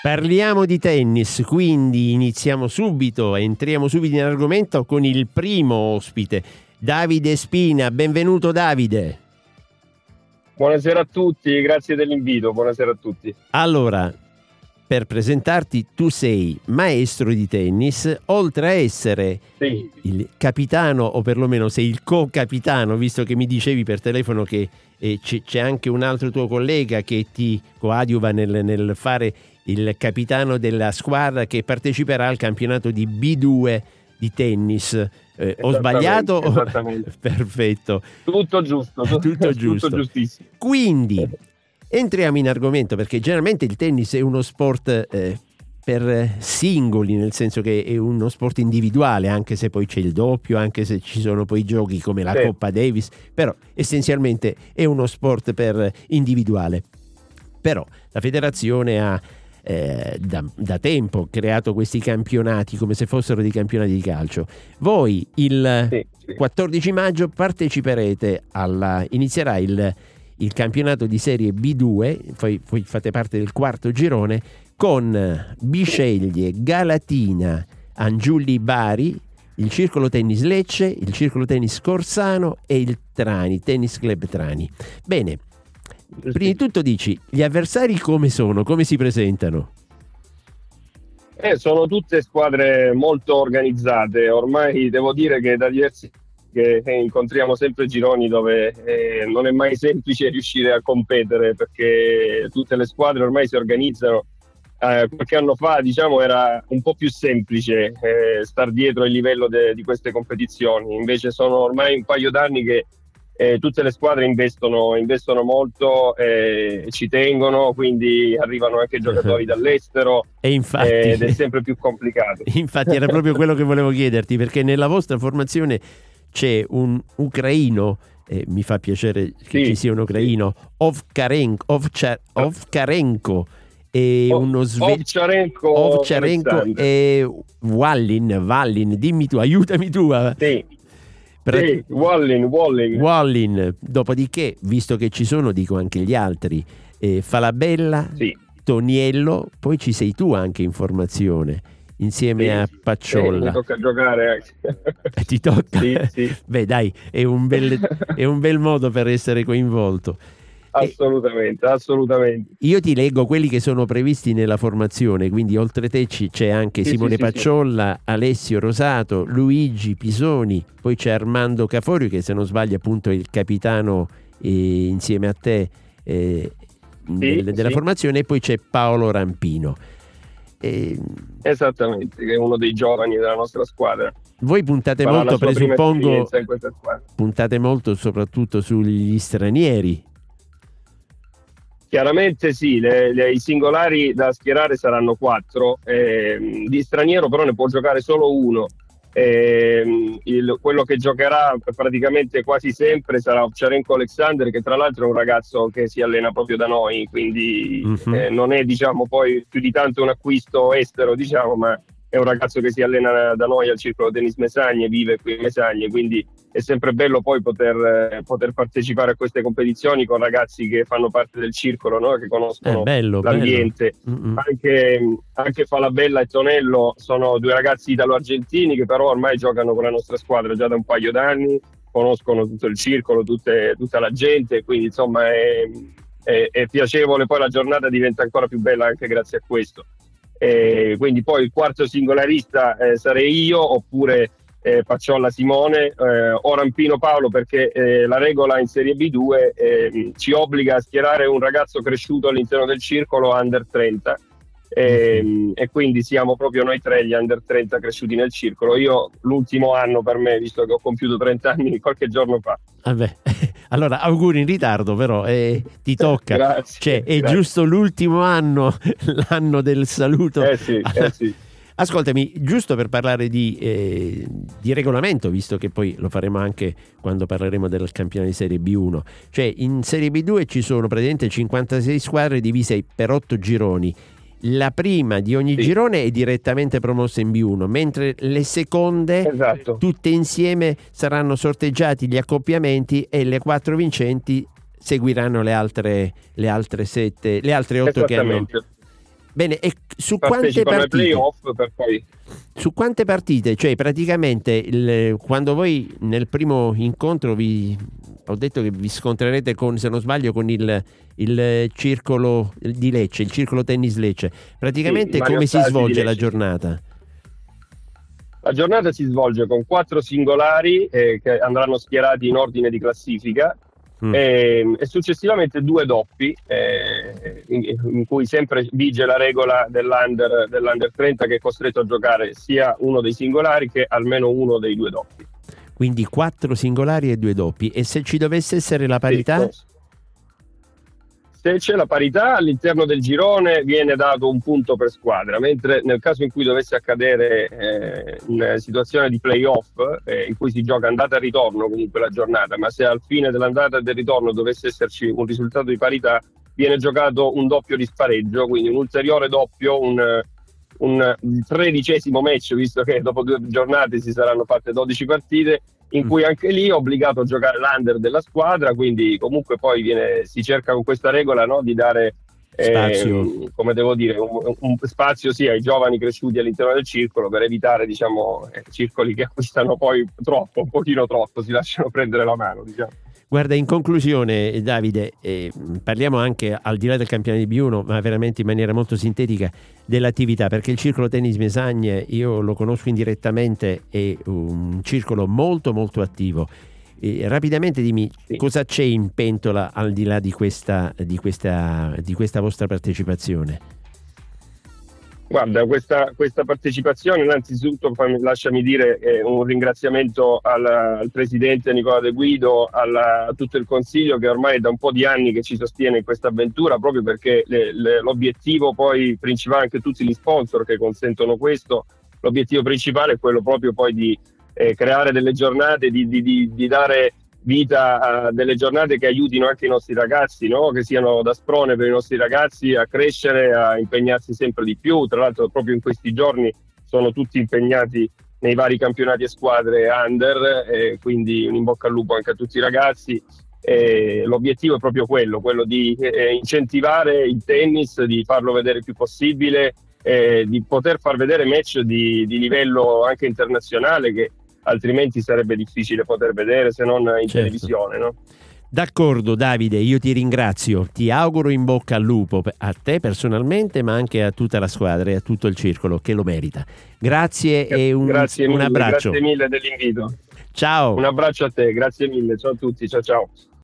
Parliamo di tennis, quindi iniziamo subito, entriamo subito in argomento con il primo ospite, Davide Spina. Benvenuto Davide. Buonasera a tutti, grazie dell'invito, buonasera a tutti. Allora, per presentarti, tu sei maestro di tennis, oltre a essere il capitano, o perlomeno sei il co-capitano, visto che mi dicevi per telefono che c'è anche un altro tuo collega che ti coadiuva nel fare il capitano della squadra che parteciperà al campionato di B2 di tennis. Ho sbagliato? Esattamente. Perfetto. Tutto giusto. Tutto giusto. Tutto giustissimo. Quindi entriamo in argomento, perché generalmente il tennis è uno sport per singoli, nel senso che è uno sport individuale, anche se poi c'è il doppio, anche se ci sono poi giochi come la Coppa Davis, però essenzialmente è uno sport per individuale. Però la federazione ha da tempo creato questi campionati come se fossero dei campionati di calcio. Voi il 14 maggio parteciperete inizierà il campionato di serie B2, poi fate parte del quarto girone con Bisceglie, Galatina, Angiulli Bari, il Circolo Tennis Lecce, il Circolo Tennis Corsano e il Trani, Tennis Club Trani. Bene, prima di tutto dici, gli avversari come sono? Come si presentano? Sono tutte squadre molto organizzate, ormai devo dire che da diversi che incontriamo sempre gironi dove non è mai semplice riuscire a competere, perché tutte le squadre ormai si organizzano. Qualche anno fa, diciamo, era un po' più semplice star dietro il livello di queste competizioni, invece sono ormai un paio d'anni che tutte le squadre investono molto, ci tengono, quindi arrivano anche giocatori dall'estero e infatti, ed è sempre più complicato. Infatti era proprio quello che volevo chiederti, perché nella vostra formazione c'è un ucraino, mi fa piacere che ci sia un ucraino, Ovcharenko e uno Ovcharenko e Wallin, dimmi tu, aiutami tu. Wallin. Dopodiché, visto che ci sono, dico anche gli altri, Falabella, Toniello, poi ci sei tu anche in formazione insieme a Pacciolla. Mi tocca giocare anche. Ti tocca? Sì. Beh dai, è un bel modo per essere coinvolto. Assolutamente. Io ti leggo quelli che sono previsti nella formazione, quindi oltre te c'è anche Simone Pacciolla, Alessio Rosato, Luigi Pisoni, poi c'è Armando Caforio che, se non sbaglio, appunto è il capitano insieme a te della formazione, e poi c'è Paolo Rampino. Esattamente, che è uno dei giovani della nostra squadra. Voi puntate molto, presuppongo, puntate molto soprattutto sugli stranieri. Chiaramente sì, i singolari da schierare saranno 4, di straniero però ne può giocare solo uno. Quello che giocherà praticamente quasi sempre sarà Ovcharenko Alexander, che tra l'altro è un ragazzo che si allena proprio da noi, quindi non è, diciamo, poi più di tanto un acquisto estero, diciamo, ma è un ragazzo che si allena da noi al Circolo Tennis Mesagne, vive qui a Mesagne, quindi è sempre bello poi poter partecipare a queste competizioni con ragazzi che fanno parte del circolo, no? Che conoscono l'ambiente. Anche Falabella e Tonello sono 2 ragazzi italo-argentini che però ormai giocano con la nostra squadra già da un paio d'anni, conoscono tutto il circolo, tutta la gente, quindi insomma è piacevole, poi la giornata diventa ancora più bella anche grazie a questo. Quindi poi il quarto singolarista sarei io, oppure Pacciolla Simone, o Rampino Paolo, perché la regola in Serie B2 ci obbliga a schierare un ragazzo cresciuto all'interno del circolo under 30 e quindi siamo proprio noi 3 gli under 30 cresciuti nel circolo. Io l'ultimo anno per me, visto che ho compiuto 30 anni qualche giorno fa. Vabbè, allora auguri in ritardo, però ti tocca. Grazie. È giusto l'ultimo anno, l'anno del saluto. Sì. Ascoltami, giusto per parlare di regolamento, visto che poi lo faremo anche quando parleremo del campionato di Serie B1, cioè in Serie B2 ci sono praticamente 56 squadre divise per 8 gironi. La prima di ogni girone è direttamente promossa in B1, mentre le seconde tutte insieme saranno sorteggiati gli accoppiamenti e le 4 vincenti seguiranno le altre 8 che hanno Bene, e su quante partecipano ai partite? playoff per poi... Su quante partite? Cioè, praticamente quando voi nel primo incontro ho detto che vi scontrerete con, se non sbaglio, con il circolo di Lecce, il circolo tennis Lecce. Praticamente Mario come si Stasi di svolge la Lecce, sì. giornata? La giornata si svolge con 4 singolari che andranno schierati in ordine di classifica e successivamente 2 doppi in cui sempre vige la regola dell'Under 30 che è costretto a giocare sia uno dei singolari che almeno uno dei 2 doppi. Quindi 4 singolari e 2 doppi. E se ci dovesse essere la parità? Sì, se c'è la parità all'interno del girone viene dato un punto per squadra, mentre nel caso in cui dovesse accadere una situazione di playoff in cui si gioca andata e ritorno comunque la giornata, ma se al fine dell'andata e del ritorno dovesse esserci un risultato di parità, viene giocato un doppio di spareggio, quindi un ulteriore doppio, un 13° match, visto che dopo 2 giornate si saranno fatte 12 partite, in cui anche lì è obbligato a giocare l'under della squadra, quindi comunque poi si cerca con questa regola, no, di dare spazio. come devo dire, un spazio sì ai giovani cresciuti all'interno del circolo per evitare, diciamo, circoli che acquistano poi troppo, un pochino troppo, si lasciano prendere la mano, diciamo. Guarda, in conclusione, Davide, parliamo anche al di là del campionato di B1, ma veramente in maniera molto sintetica dell'attività, perché il Circolo Tennis Mesagne, io lo conosco indirettamente, è un circolo molto molto attivo. Rapidamente dimmi, sì, cosa c'è in pentola al di là di questa vostra partecipazione? Guarda, questa partecipazione, innanzitutto lasciami dire un ringraziamento al presidente Nicola De Guido, a tutto il consiglio che ormai da un po' di anni che ci sostiene in questa avventura, proprio perché l'obiettivo poi principale, anche tutti gli sponsor che consentono questo, l'obiettivo principale è quello proprio poi di creare delle giornate, di dare vita a delle giornate che aiutino anche i nostri ragazzi, no? Che siano da sprone per i nostri ragazzi a crescere, a impegnarsi sempre di più. Tra l'altro proprio in questi giorni sono tutti impegnati nei vari campionati e squadre under, quindi un in bocca al lupo anche a tutti i ragazzi. L'obiettivo è proprio quello di incentivare il tennis, di farlo vedere il più possibile, di poter far vedere match di livello anche internazionale che altrimenti sarebbe difficile poter vedere se non in televisione, no? D'accordo Davide, io ti ringrazio, ti auguro in bocca al lupo a te personalmente, ma anche a tutta la squadra e a tutto il circolo che lo merita. Grazie e un abbraccio. Grazie mille dell'invito. Ciao. Un abbraccio a te, grazie mille, ciao a tutti, ciao ciao.